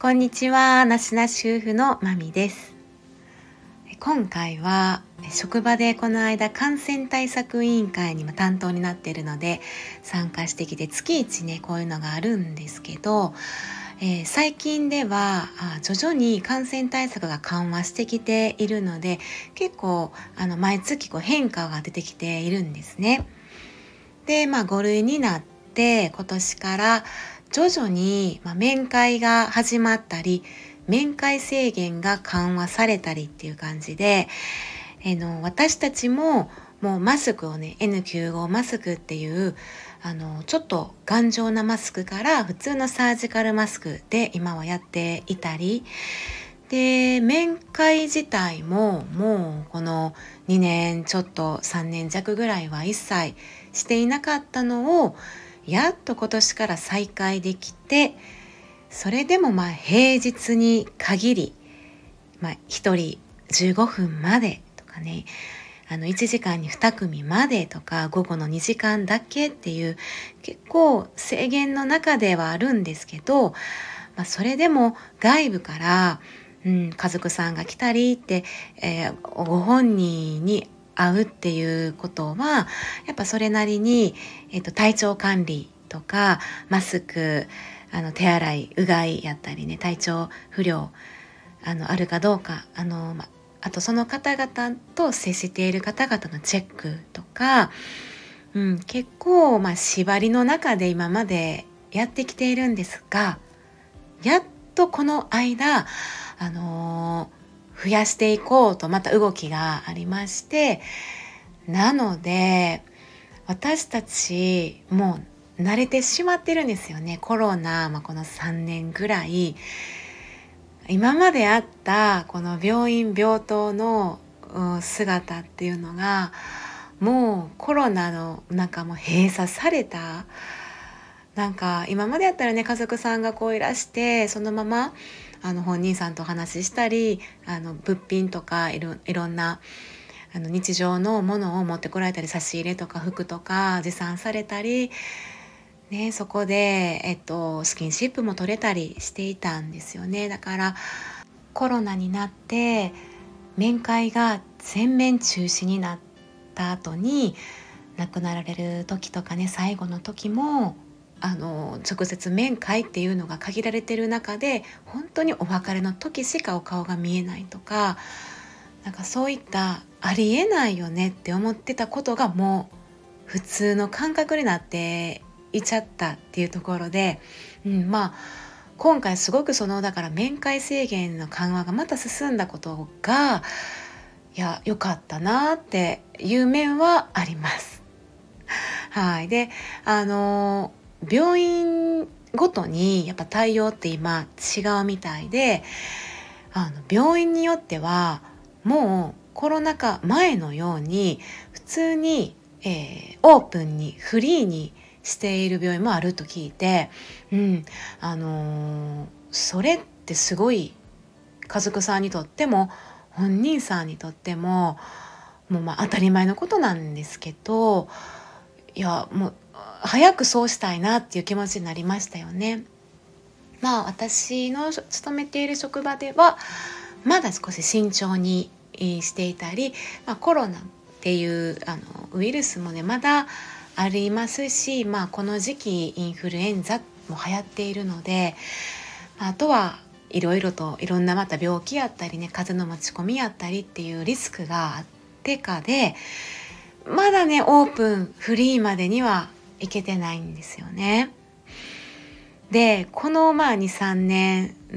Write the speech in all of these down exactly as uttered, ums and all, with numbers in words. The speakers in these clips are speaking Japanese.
こんにちは、なしなし夫婦のまみです。今回は職場でこの間感染対策委員会にも担当になっているので参加してきて、月一ねこういうのがあるんですけど、えー、最近ではあ徐々に感染対策が緩和してきているので、結構あの毎月こう変化が出てきているんですね。で、まあご類になって今年から徐々に、まあ、面会が始まったり、面会制限が緩和されたりっていう感じで、えの私たちももうマスクをね エヌきゅうじゅうご マスクっていうあのちょっと頑丈なマスクから普通のサージカルマスクで今はやっていたりで、面会自体ももうこのにねんちょっとさんねん弱ぐらいは一切していなかったのをやっと今年から再開できて、それでもまあ平日に限り、まあ、ひとりじゅうごふんまでとかね、あのいちじかんにに組までとか午後のにじかんだけっていう結構制限の中ではあるんですけど、まあ、それでも外部から、うん、家族さんが来たりって、えー、ご本人に会うっていうことはやっぱそれなりに、えーと、体調管理とかマスク、あの手洗いうがいやったりね、体調不良あのあるかどうか、あの、ま、あとその方々と接している方々のチェックとか、うん、結構まあ縛りの中で今までやってきているんですが、やっとこの間、あのー、増やしていこうとまた動きがありまして、なので私たちもう慣れてしまってるんですよね。コロナ、まあ、このさんねんぐらい今まであったこの病院病棟の姿っていうのがもうコロナの中も閉鎖された。なんか今までやったらね、家族さんがこういらしてそのままあの本人さんとお話ししたり、あの物品とかいろ、いろんなあの日常のものを持ってこられたり、差し入れとか服とか持参されたり、ね、そこで、えっと、スキンシップも取れたりしていたんですよね。だからコロナになって面会が全面中止になった後に亡くなられる時とかね、最後の時もあの直接面会っていうのが限られてる中で本当にお別れの時しかお顔が見えないとか、なんかそういったありえないよねって思ってたことがもう普通の感覚になっていちゃったっていうところで、うん、まあ今回すごくそのだから面会制限の緩和がまた進んだことがいや良かったなっていう面はあります。はい。で、あの病院ごとにやっぱ対応って今違うみたいで、あの病院によってはもうコロナ禍前のように普通に、えー、オープンにフリーにしている病院もあると聞いて、うん、あのー、それってすごい家族さんにとっても本人さんにとってももうまあ当たり前のことなんですけど、いやもう早くそうしたいなっていう気持ちになりましたよね。まあ私の勤めている職場ではまだ少し慎重にしていたり、まあ、コロナっていうあのウイルスもねまだありますし、まあ、この時期インフルエンザも流行っているので、あとはいろいろといろんなまた病気やったりね、風邪の持ち込みやったりっていうリスクがあってかで、まだねオープンフリーまでにはいけてないんですよね。でこのまあにさんねん、うん、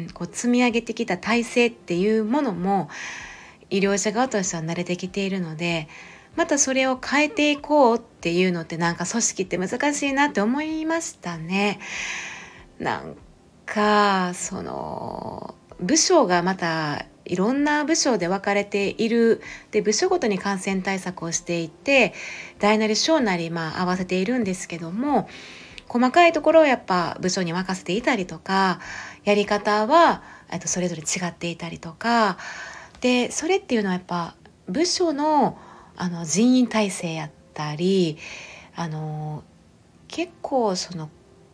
こう積み上げてきた体制っていうものも医療者側としては慣れてきているので、またそれを変えていこうっていうのってなんか組織って難しいなって思いましたね。なんかその部署がまたいろんな部署で分かれている。で部署ごとに感染対策をしていて大なり小なりまあ合わせているんですけども、細かいところをやっぱ部署に任せていたりとか、やり方はとそれぞれ違っていたりとかで、それっていうのはやっぱ部署の、あの人員体制やったり、あの結構その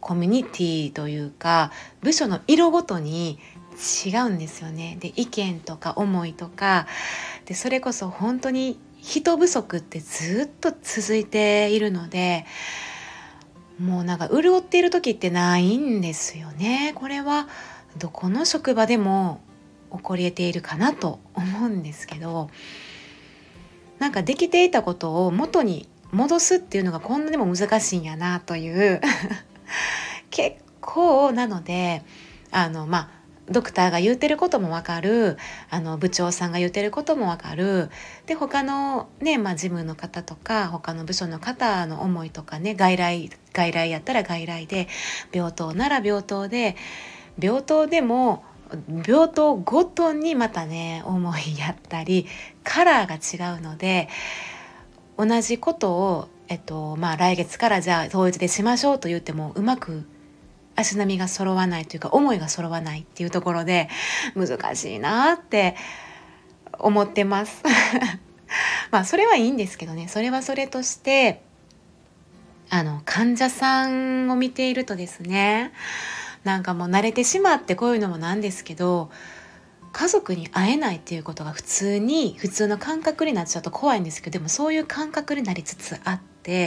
コミュニティというか部署の色ごとに違うんですよね。で意見とか思いとかで、それこそ本当に人不足ってずっと続いているので、もうなんか潤っている時ってないんですよね。これはどこの職場でも起こり得ているかなと思うんですけど、なんかできていたことを元に戻すっていうのがこんなにも難しいんやなという結構なので、あのまあドクターが言ってることもわかる、あの部長さんが言ってることもわかる、で他のね、まあ、事務の方とか他の部署の方の思いとかね、外来外来やったら外来で、病棟なら病棟で、病棟でも病棟ごとにまたね思いやったりカラーが違うので、同じことを、えっとまあ、来月からじゃあ統一でしましょうと言ってもうまく足並みが揃わないというか思いが揃わないっていうところで難しいなって思ってますまあそれはいいんですけどね、それはそれとして、あの患者さんを見ているとですね、なんかもう慣れてしまってこういうのもなんですけど、家族に会えないっていうことが普通に普通の感覚になっちゃうと怖いんですけど、でもそういう感覚になりつつあって、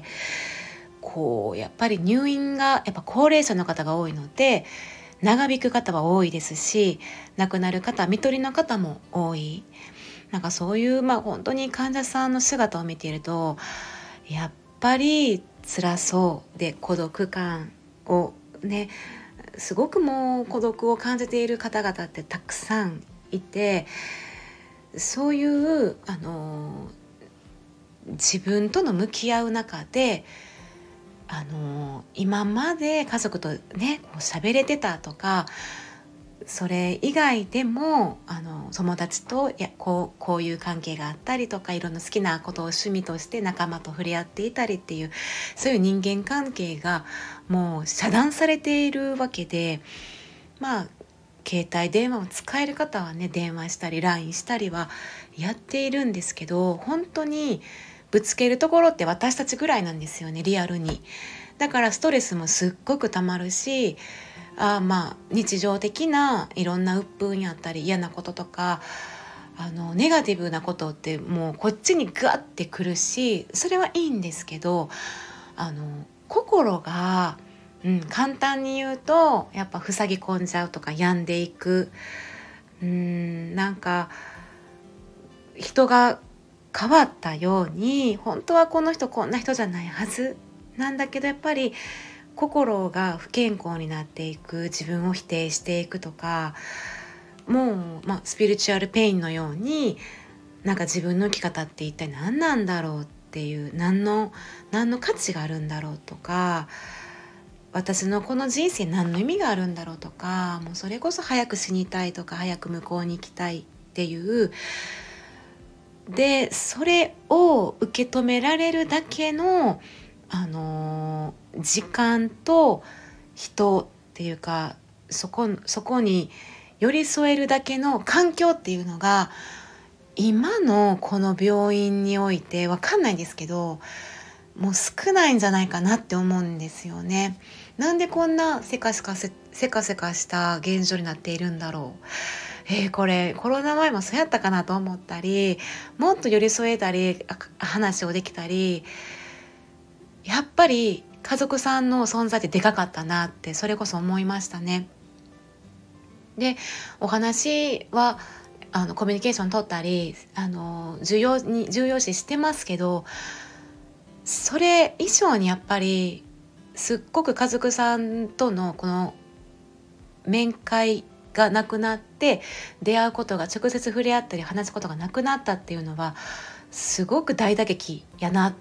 こうやっぱり入院がやっぱ高齢者の方が多いので長引く方は多いですし、亡くなる方、看取りの方も多い。なんかそういうまあ本当に患者さんの姿を見ていると、やっぱり辛そうで孤独感をね、すごくもう孤独を感じている方々ってたくさんいて、そういうあの自分との向き合う中で、あの今まで家族とねこう喋れてたとか、それ以外でもあの友達といやこう、こういう関係があったりとか、いろんな好きなことを趣味として仲間と触れ合っていたりっていう、そういう人間関係がもう遮断されているわけで、まあ携帯電話を使える方はね電話したり ライン したりはやっているんですけど、本当にぶつけるところって私たちぐらいなんですよね、リアルに。だからストレスもすっごくたまるし、あまあ日常的ないろんな鬱憤やったり嫌なこととか、あのネガティブなことってもうこっちにガッてくるし、それはいいんですけど、あの心が、うん、簡単に言うとやっぱ塞ぎ込んじゃうとか病んでいく、うーんなんか人が変わったように、本当はこの人こんな人じゃないはずなんだけど、やっぱり心が不健康になっていく、自分を否定していくとか、もう、まあ、スピリチュアルペインのように、なんか自分の生き方って一体何なんだろうっていう、何の何の価値があるんだろうとか、私のこの人生何の意味があるんだろうとか、もうそれこそ早く死にたいとか早く向こうに行きたいっていう、でそれを受け止められるだけの、あのー時間と人っていうか、そこ、そこに寄り添えるだけの環境っていうのが今のこの病院においてわかんないんですけど、もう少ないんじゃないかなって思うんですよね。なんでこんなせかせかせ、せかせかした現状になっているんだろう。えー、これコロナ前もそうやったかなと思ったり、もっと寄り添えたり話をできたり、やっぱり家族さんの存在ってでかかったなって、それこそ思いましたね。でお話はあのコミュニケーション取ったり、あの重要に重要視してますけど、それ以上にやっぱりすっごく家族さんとのこの面会がなくなって、出会うことが、直接触れ合ったり話すことがなくなったっていうのはすごく大打撃やなって、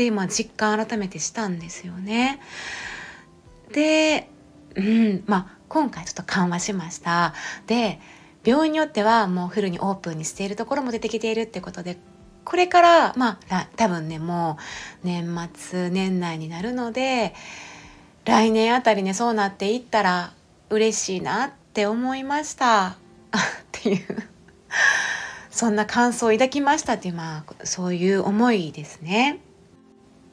まあ、実感改めてしたんですよね。で、うんまあ、今回ちょっと緩和しました。で病院によってはもうフルにオープンにしているところも出てきているってことで、これからまあ多分ねもう年末年内になるので、来年あたりねそうなっていったら嬉しいなって思いましたっていうそんな感想を抱きましたっていう、まあそういう思いですね。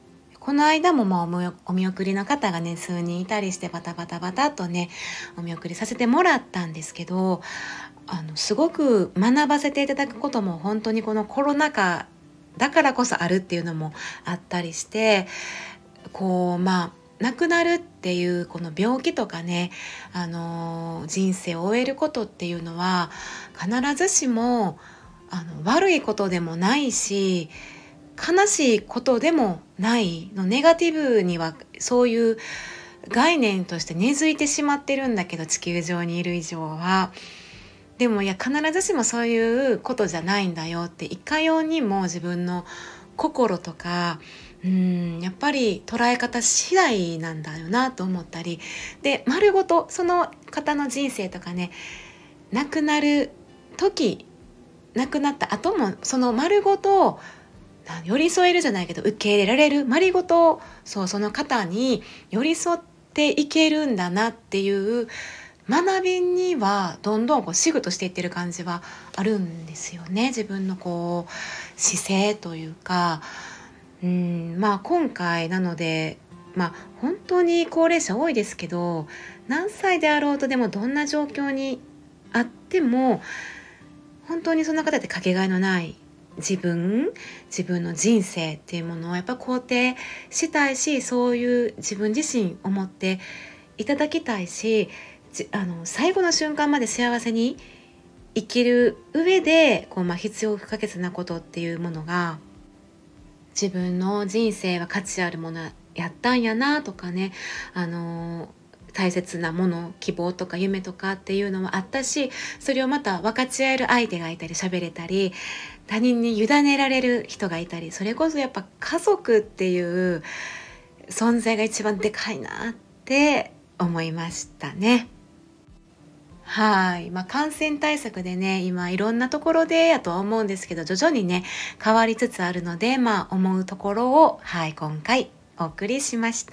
この間もまあお見お見送りの方がね数人いたりしてバタバタバタとねお見送りさせてもらったんですけど、あのすごく学ばせていただくことも本当にこのコロナ禍だからこそあるっていうのもあったりして、こうまあ亡くなるっていうこの病気とかね、あのー人生を終えることっていうのは必ずしもあの悪いことでもないし悲しいことでもないの、ネガティブにはそういう概念として根付いてしまってるんだけど、地球上にいる以上はでもいや必ずしもそういうことじゃないんだよって、いかようにも自分の心とかうんやっぱり捉え方次第なんだよなと思ったりで、丸ごとその方の人生とかね、亡くなる時亡くなった後もその丸ごと寄り添えるじゃないけど受け入れられる、丸ごとそうその方に寄り添っていけるんだなっていう学びにはどんどんこうシフトしていってる感じはあるんですよね。自分のこう姿勢というか、うんまあ今回なのでまあ本当に高齢者多いですけど、何歳であろうとでもどんな状況にあっても本当にそんな方ってかけがえのない自分自分の人生っていうものをやっぱ肯定したいし、そういう自分自身を持っていただきたいし、じあの最後の瞬間まで幸せに生きる上でこう、まあ、必要不可欠なことっていうものが、自分の人生は価値あるものやったんやなとかね、あの大切なもの希望とか夢とかっていうのはあったし、それをまた分かち合える相手がいたり喋れたり他人に委ねられる人がいたり、それこそやっぱ家族っていう存在が一番でかいなって思いましたね。はい、まあ、感染対策でね今いろんなところでやとは思うんですけど、徐々にね変わりつつあるので、まあ思うところをはい今回お送りしました。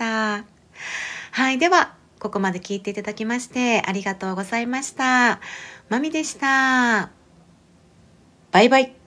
はい、ではここまで聞いていただきましてありがとうございました。まみでした。バイバイ。